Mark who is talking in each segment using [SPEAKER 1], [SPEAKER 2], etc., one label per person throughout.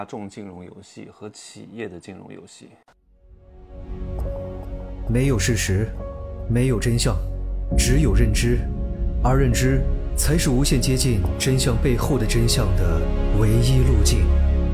[SPEAKER 1] 大众金融游戏和企业的金融游戏。
[SPEAKER 2] 没有事实，没有真相，只有认知，而认知才是无限接近真相背后的真相的唯一路径。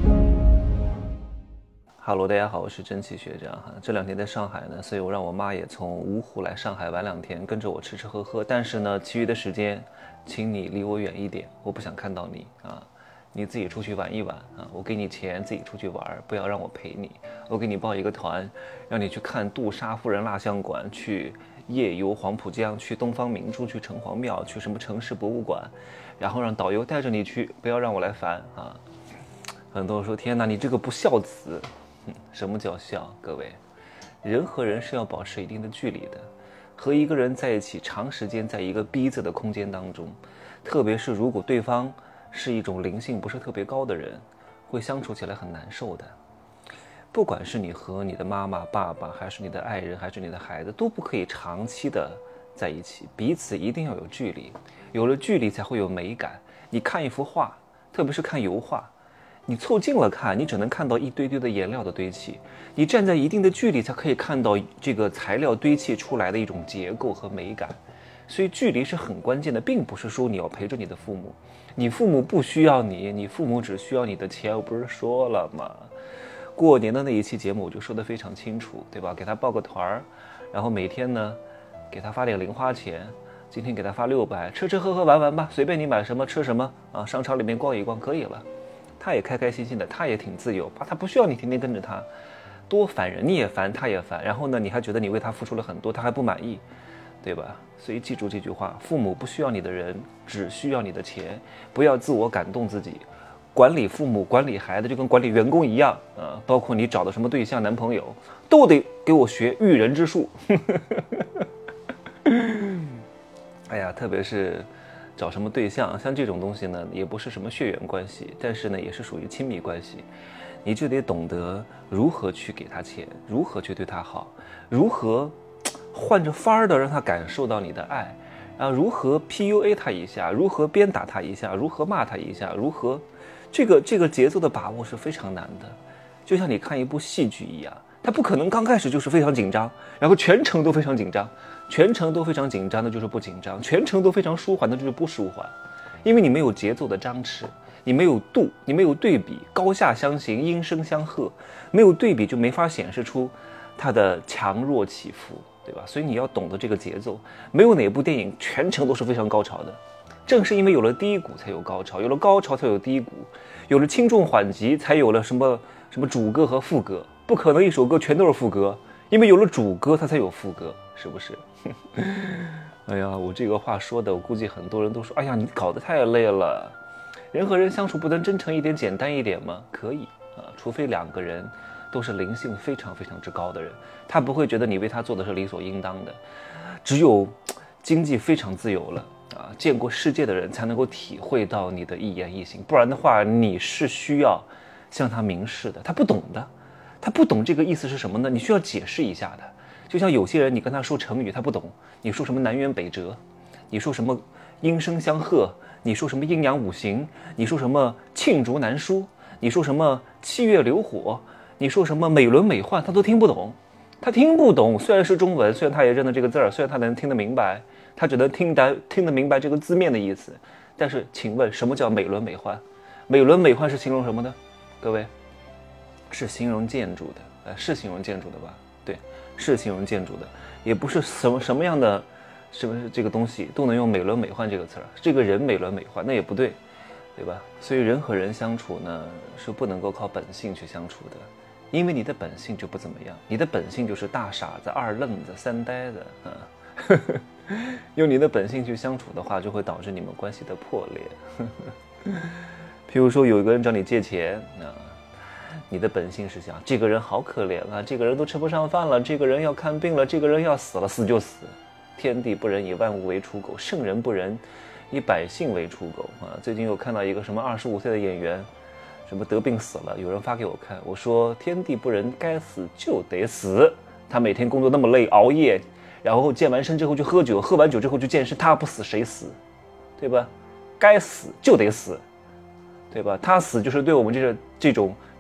[SPEAKER 1] Hello， 大家好，我是真奇学长哈。这2天在上海呢，所以我让我妈也从芜湖来上海玩2天，跟着我吃吃喝喝。但是呢，其余的时间，请你离我远一点，我不想看到你啊。你自己出去玩一玩啊，我给你钱自己出去玩，不要让我陪你。我给你报一个团，让你去看杜莎夫人蜡像馆，去夜游黄浦江，去东方明珠，去城隍庙，去什么城市博物馆，然后让导游带着你去，不要让我来烦啊。很多人说天哪，你这个不孝子。什么叫孝？各位，人和人是要保持一定的距离的。和一个人在一起，长时间在一个逼仄的空间当中，特别是如果对方是一种灵性不是特别高的人，会相处起来很难受的。不管是你和你的妈妈、爸爸，还是你的爱人，还是你的孩子，都不可以长期的在一起，彼此一定要有距离。有了距离才会有美感。你看一幅画，特别是看油画，你凑近了看，你只能看到一堆堆的颜料的堆砌，你站在一定的距离才可以看到这个材料堆砌出来的一种结构和美感。所以距离是很关键的，并不是说你要陪着你的父母，你父母不需要你，你父母只需要你的钱。我不是说了吗？过年的那一期节目我就说得非常清楚，对吧？给他报个团，然后每天呢给他发点零花钱，今天给他发600，吃吃喝喝玩玩吧，随便你买什么吃什么啊，商场里面逛一逛可以了。他也开开心心的，他也挺自由，他不需要你天天跟着他，多烦人，你也烦，他也烦。然后呢，你还觉得你为他付出了很多，他还不满意，对吧？所以记住这句话：父母不需要你的人，只需要你的钱。不要自我感动自己，管理父母、管理孩子就跟管理员工一样啊。包括你找的什么对象、男朋友，都得给我学育人之术。哎呀，特别是找什么对象，像这种东西呢，也不是什么血缘关系，但是呢，也是属于亲密关系。你就得懂得如何去给他钱，如何去对他好，如何换着法儿的让他感受到你的爱，然后如何 PUA 他一下，如何鞭打他一下，如何骂他一下，如何这个节奏的把握是非常难的。就像你看一部戏剧一样，他不可能刚开始就是非常紧张，然后全程都非常紧张，全程都非常紧张的就是不紧张，全程都非常舒缓的就是不舒缓。因为你没有节奏的张弛，你没有度，你没有对比，高下相形，音声相和，没有对比就没法显示出它的强弱起伏，对吧？所以你要懂得这个节奏。没有哪部电影全程都是非常高潮的，正是因为有了低谷才有高潮，有了高潮才有低谷，有了轻重缓急才有了什么主歌和副歌。不可能一首歌全都是副歌，因为有了主歌它才有副歌，是不是？哎呀，我这个话说的，我估计很多人都说，哎呀，你搞得太累了。人和人相处不能真诚一点、简单一点吗？可以啊，除非2个人都是灵性非常非常之高的人，他不会觉得你为他做的是理所应当的。只有经济非常自由了啊，见过世界的人才能够体会到你的一言一行，不然的话，你是需要向他明示的，他不懂的。他不懂这个意思是什么呢？你需要解释一下的。就像有些人你跟他说成语他不懂，你说什么南辕北辙，你说什么音声相和，你说什么阴阳五行，你说什么罄竹难书，你说什么七月流火，你说什么美轮美奂，他都听不懂。他听不懂，虽然是中文，虽然他也认得这个字儿，虽然他能听得明白，他只能听得明白这个字面的意思。但是请问什么叫美轮美奂？美轮美奂是形容什么呢？各位，是形容建筑的，是形容建筑的吧？对，是形容建筑的，也不是什么样的什么这个东西都能用美轮美奂这个词儿。这个人美轮美奂那也不对，对吧？所以人和人相处呢，是不能够靠本性去相处的，因为你的本性就不怎么样，你的本性就是大傻子、二愣子、三呆子啊。用你的本性去相处的话，就会导致你们关系的破裂。譬如说有一个人找你借钱啊，你的本性是想这个人好可怜啊，这个人都吃不上饭了，这个人要看病了，这个人要死了，死就死。天地不仁，以万物为刍狗；圣人不仁，以百姓为刍狗啊。最近有看到一个什么25岁的演员，什么得病死了，有人发给我看，我说天地不仁，该死就得死。他每天工作那么累，熬夜，然后健完身之后去喝酒，喝完酒之后去健身，他不死谁死？对吧？该死就得死，对吧？他死就是对我们这种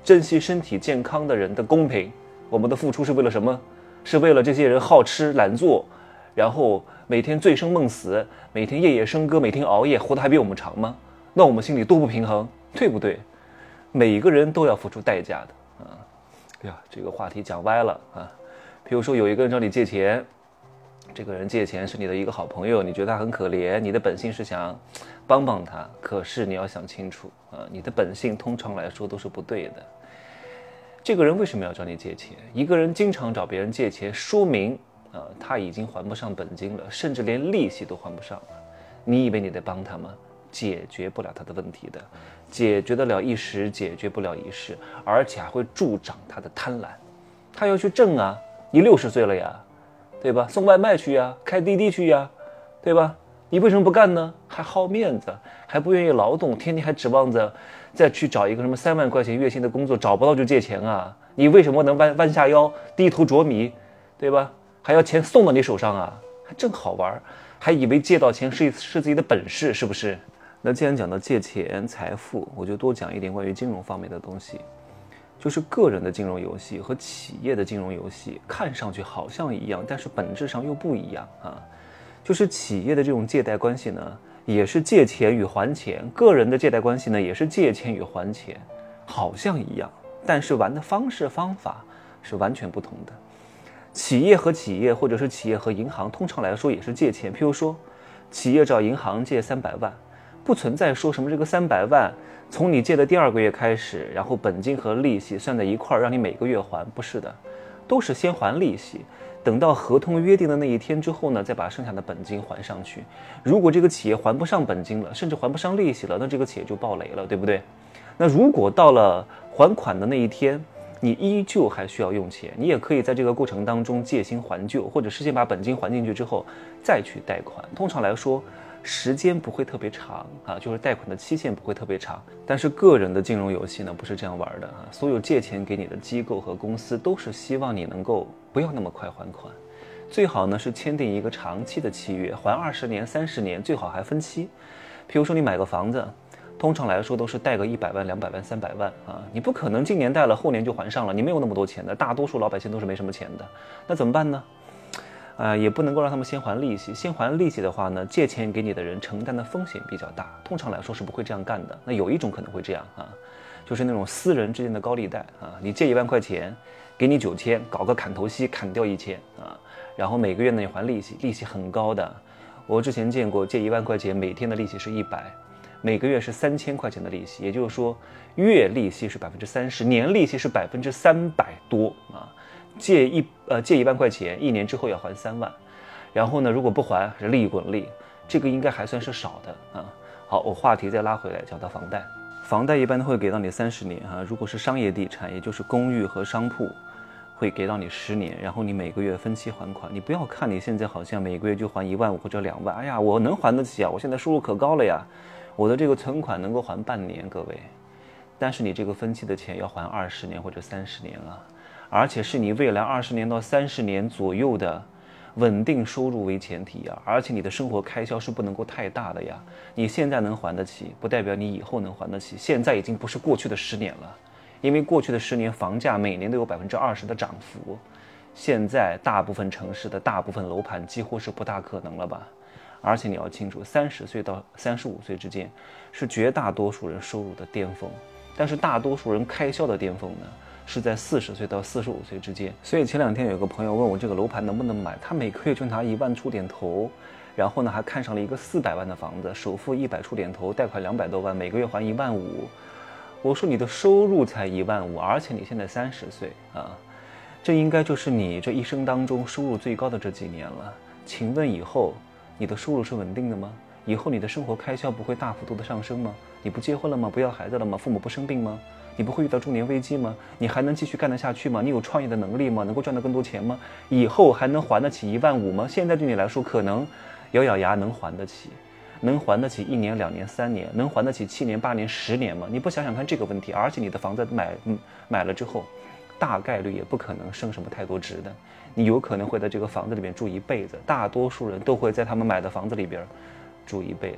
[SPEAKER 1] 珍惜身体健康的人的公平。我们的付出是为了什么？是为了这些人好吃懒做，然后每天醉生梦死，每天夜夜笙歌，每天熬夜，活得还比我们长吗？那我们心里多不平衡，对不对？每一个人都要付出代价的啊！哎呀，这个话题讲歪了啊。比如说有一个人找你借钱，这个人借钱是你的一个好朋友，你觉得他很可怜，你的本性是想帮帮他，可是你要想清楚啊，你的本性通常来说都是不对的。这个人为什么要找你借钱？一个人经常找别人借钱，说明他已经还不上本金了，甚至连利息都还不上了。你以为你得帮他吗？解决不了他的问题的，解决得了一时，解决不了一世，而且还会助长他的贪婪。他要去挣啊，你60岁了呀，对吧？送外卖去呀，开滴滴去呀，对吧？你为什么不干呢？还好面子，还不愿意劳动，天天还指望着再去找一个什么3万块钱月薪的工作，找不到就借钱啊？你为什么能弯下腰低头啄米，对吧？还要钱送到你手上啊？还真好玩，还以为借到钱是自己的本事，是不是？那既然讲到借钱财富，我就多讲一点关于金融方面的东西。就是个人的金融游戏和企业的金融游戏看上去好像一样，但是本质上又不一样啊。就是企业的这种借贷关系呢，也是借钱与还钱；个人的借贷关系呢，也是借钱与还钱，好像一样，但是玩的方式方法是完全不同的。企业和企业，或者是企业和银行，通常来说也是借钱。譬如说，企业找银行借300万，不存在说什么这个300万从你借的第2个月开始，然后本金和利息算在一块儿，让你每个月还，不是的，都是先还利息。等到合同约定的那一天之后呢，再把剩下的本金还上去。如果这个企业还不上本金了，甚至还不上利息了，那这个企业就爆雷了，对不对？那如果到了还款的那一天，你依旧还需要用钱，你也可以在这个过程当中借新还旧，或者是先把本金还进去之后再去贷款。通常来说时间不会特别长啊，就是贷款的期限不会特别长。但是个人的金融游戏呢，不是这样玩的啊。所有借钱给你的机构和公司都是希望你能够不要那么快还款，最好呢是签订一个长期的契约，还20年、30年，最好还分期。比如说你买个房子，通常来说都是贷个100万、200万、300万啊，你不可能今年贷了后年就还上了，你没有那么多钱的，大多数老百姓都是没什么钱的，那怎么办呢？也不能够让他们先还利息。先还利息的话呢，借钱给你的人承担的风险比较大，通常来说是不会这样干的。那有一种可能会这样啊，就是那种私人之间的高利贷啊，你借1万块钱，给你9000，搞个砍头息，砍掉1000啊，然后每个月呢你还利息，利息很高的。我之前见过借1万块钱，每天的利息是100，每个月是3000块钱的利息，也就是说月利息是30%，年利息是300多啊。借1万块钱，1年之后要还3万，然后呢，如果不还是利滚利，这个应该还算是少的啊。好，我话题再拉回来，讲到房贷，房贷一般都会给到你30年啊。如果是商业地产，也就是公寓和商铺，会给到你10年，然后你每个月分期还款。你不要看你现在好像每个月就还1万5或者2万，哎呀，我能还得起啊，我现在收入可高了呀，我的这个存款能够还半年，各位，但是你这个分期的钱要还20年或者30年啊。而且是你未来20年到30年左右的稳定收入为前提呀，而且你的生活开销是不能够太大的呀。你现在能还得起，不代表你以后能还得起。现在已经不是过去的10年了，因为过去的10年房价每年都有20%的涨幅，现在大部分城市的大部分楼盘几乎是不大可能了吧。而且你要清楚，30岁到35岁之间是绝大多数人收入的巅峰，但是大多数人开销的巅峰呢，是在40岁到45岁之间。所以前2天有个朋友问我这个楼盘能不能买，他每个月就拿1万出点头，然后呢还看上了一个400万的房子，首付100出点头，贷款200多万，每个月还1万5。我说你的收入才1万5，而且你现在30岁啊，这应该就是你这一生当中收入最高的这几年了。请问以后你的收入是稳定的吗？以后你的生活开销不会大幅度的上升吗？你不结婚了吗？不要孩子了吗？父母不生病吗？你不会遇到中年危机吗？你还能继续干得下去吗？你有创业的能力吗？能够赚到更多钱吗？以后还能还得起1万5吗？现在对你来说可能咬咬牙能还得起，能还得起1年、2年、3年，能还得起7年、8年、10年吗？你不想想看这个问题。而且你的房子买了之后，大概率也不可能升什么太多值的，你有可能会在这个房子里面住一辈子，大多数人都会在他们买的房子里边住一辈子。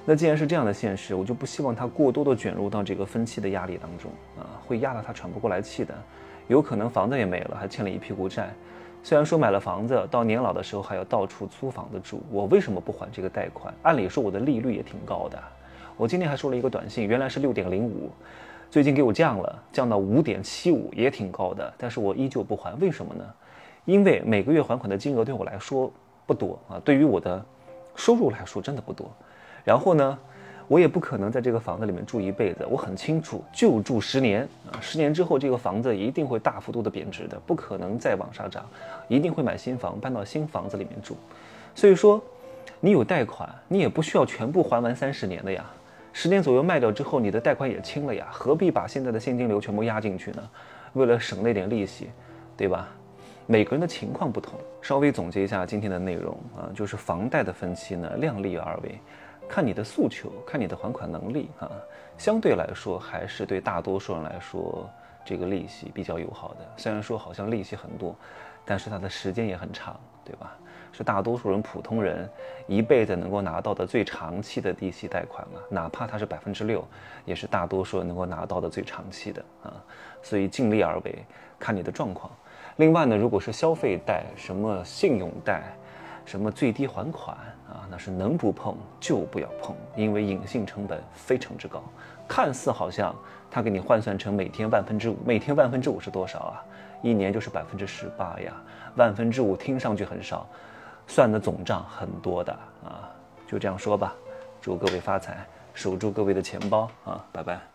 [SPEAKER 1] 那既然是这样的现实，我就不希望他过多的卷入到这个分期的压力当中会压得他喘不过来气的。有可能房子也没了，还欠了一屁股债。虽然说买了房子，到年老的时候还要到处租房子住，我为什么不还这个贷款？按理说我的利率也挺高的。我今天还收了一个短信，原来是6.05，最近给我降了，降到5.75，也挺高的，但是我依旧不还，为什么呢？因为每个月还款的金额对我来说不多对于我的收入来说真的不多。然后呢，我也不可能在这个房子里面住一辈子，我很清楚，就住10年10年之后这个房子一定会大幅度的贬值的，不可能再往上涨，一定会买新房，搬到新房子里面住。所以说，你有贷款，你也不需要全部还完30年的呀，10年左右卖掉之后，你的贷款也清了呀，何必把现在的现金流全部压进去呢？为了省那点利息，对吧？每个人的情况不同。稍微总结一下今天的内容就是房贷的分期呢，量力而为。看你的诉求，看你的还款能力相对来说还是对大多数人来说这个利息比较友好的。虽然说好像利息很多，但是它的时间也很长，对吧？是大多数人普通人一辈子能够拿到的最长期的利息贷款哪怕它是6%，也是大多数人能够拿到的最长期的所以尽力而为，看你的状况。另外呢，如果是消费贷、什么信用贷、什么最低还款那是能不碰就不要碰，因为隐性成本非常之高。看似好像它给你换算成每天5%，每天5%是多少1年就是18%呀，5%听上去很少，算的总账很多的就这样说吧。祝各位发财，守住各位的钱包拜拜。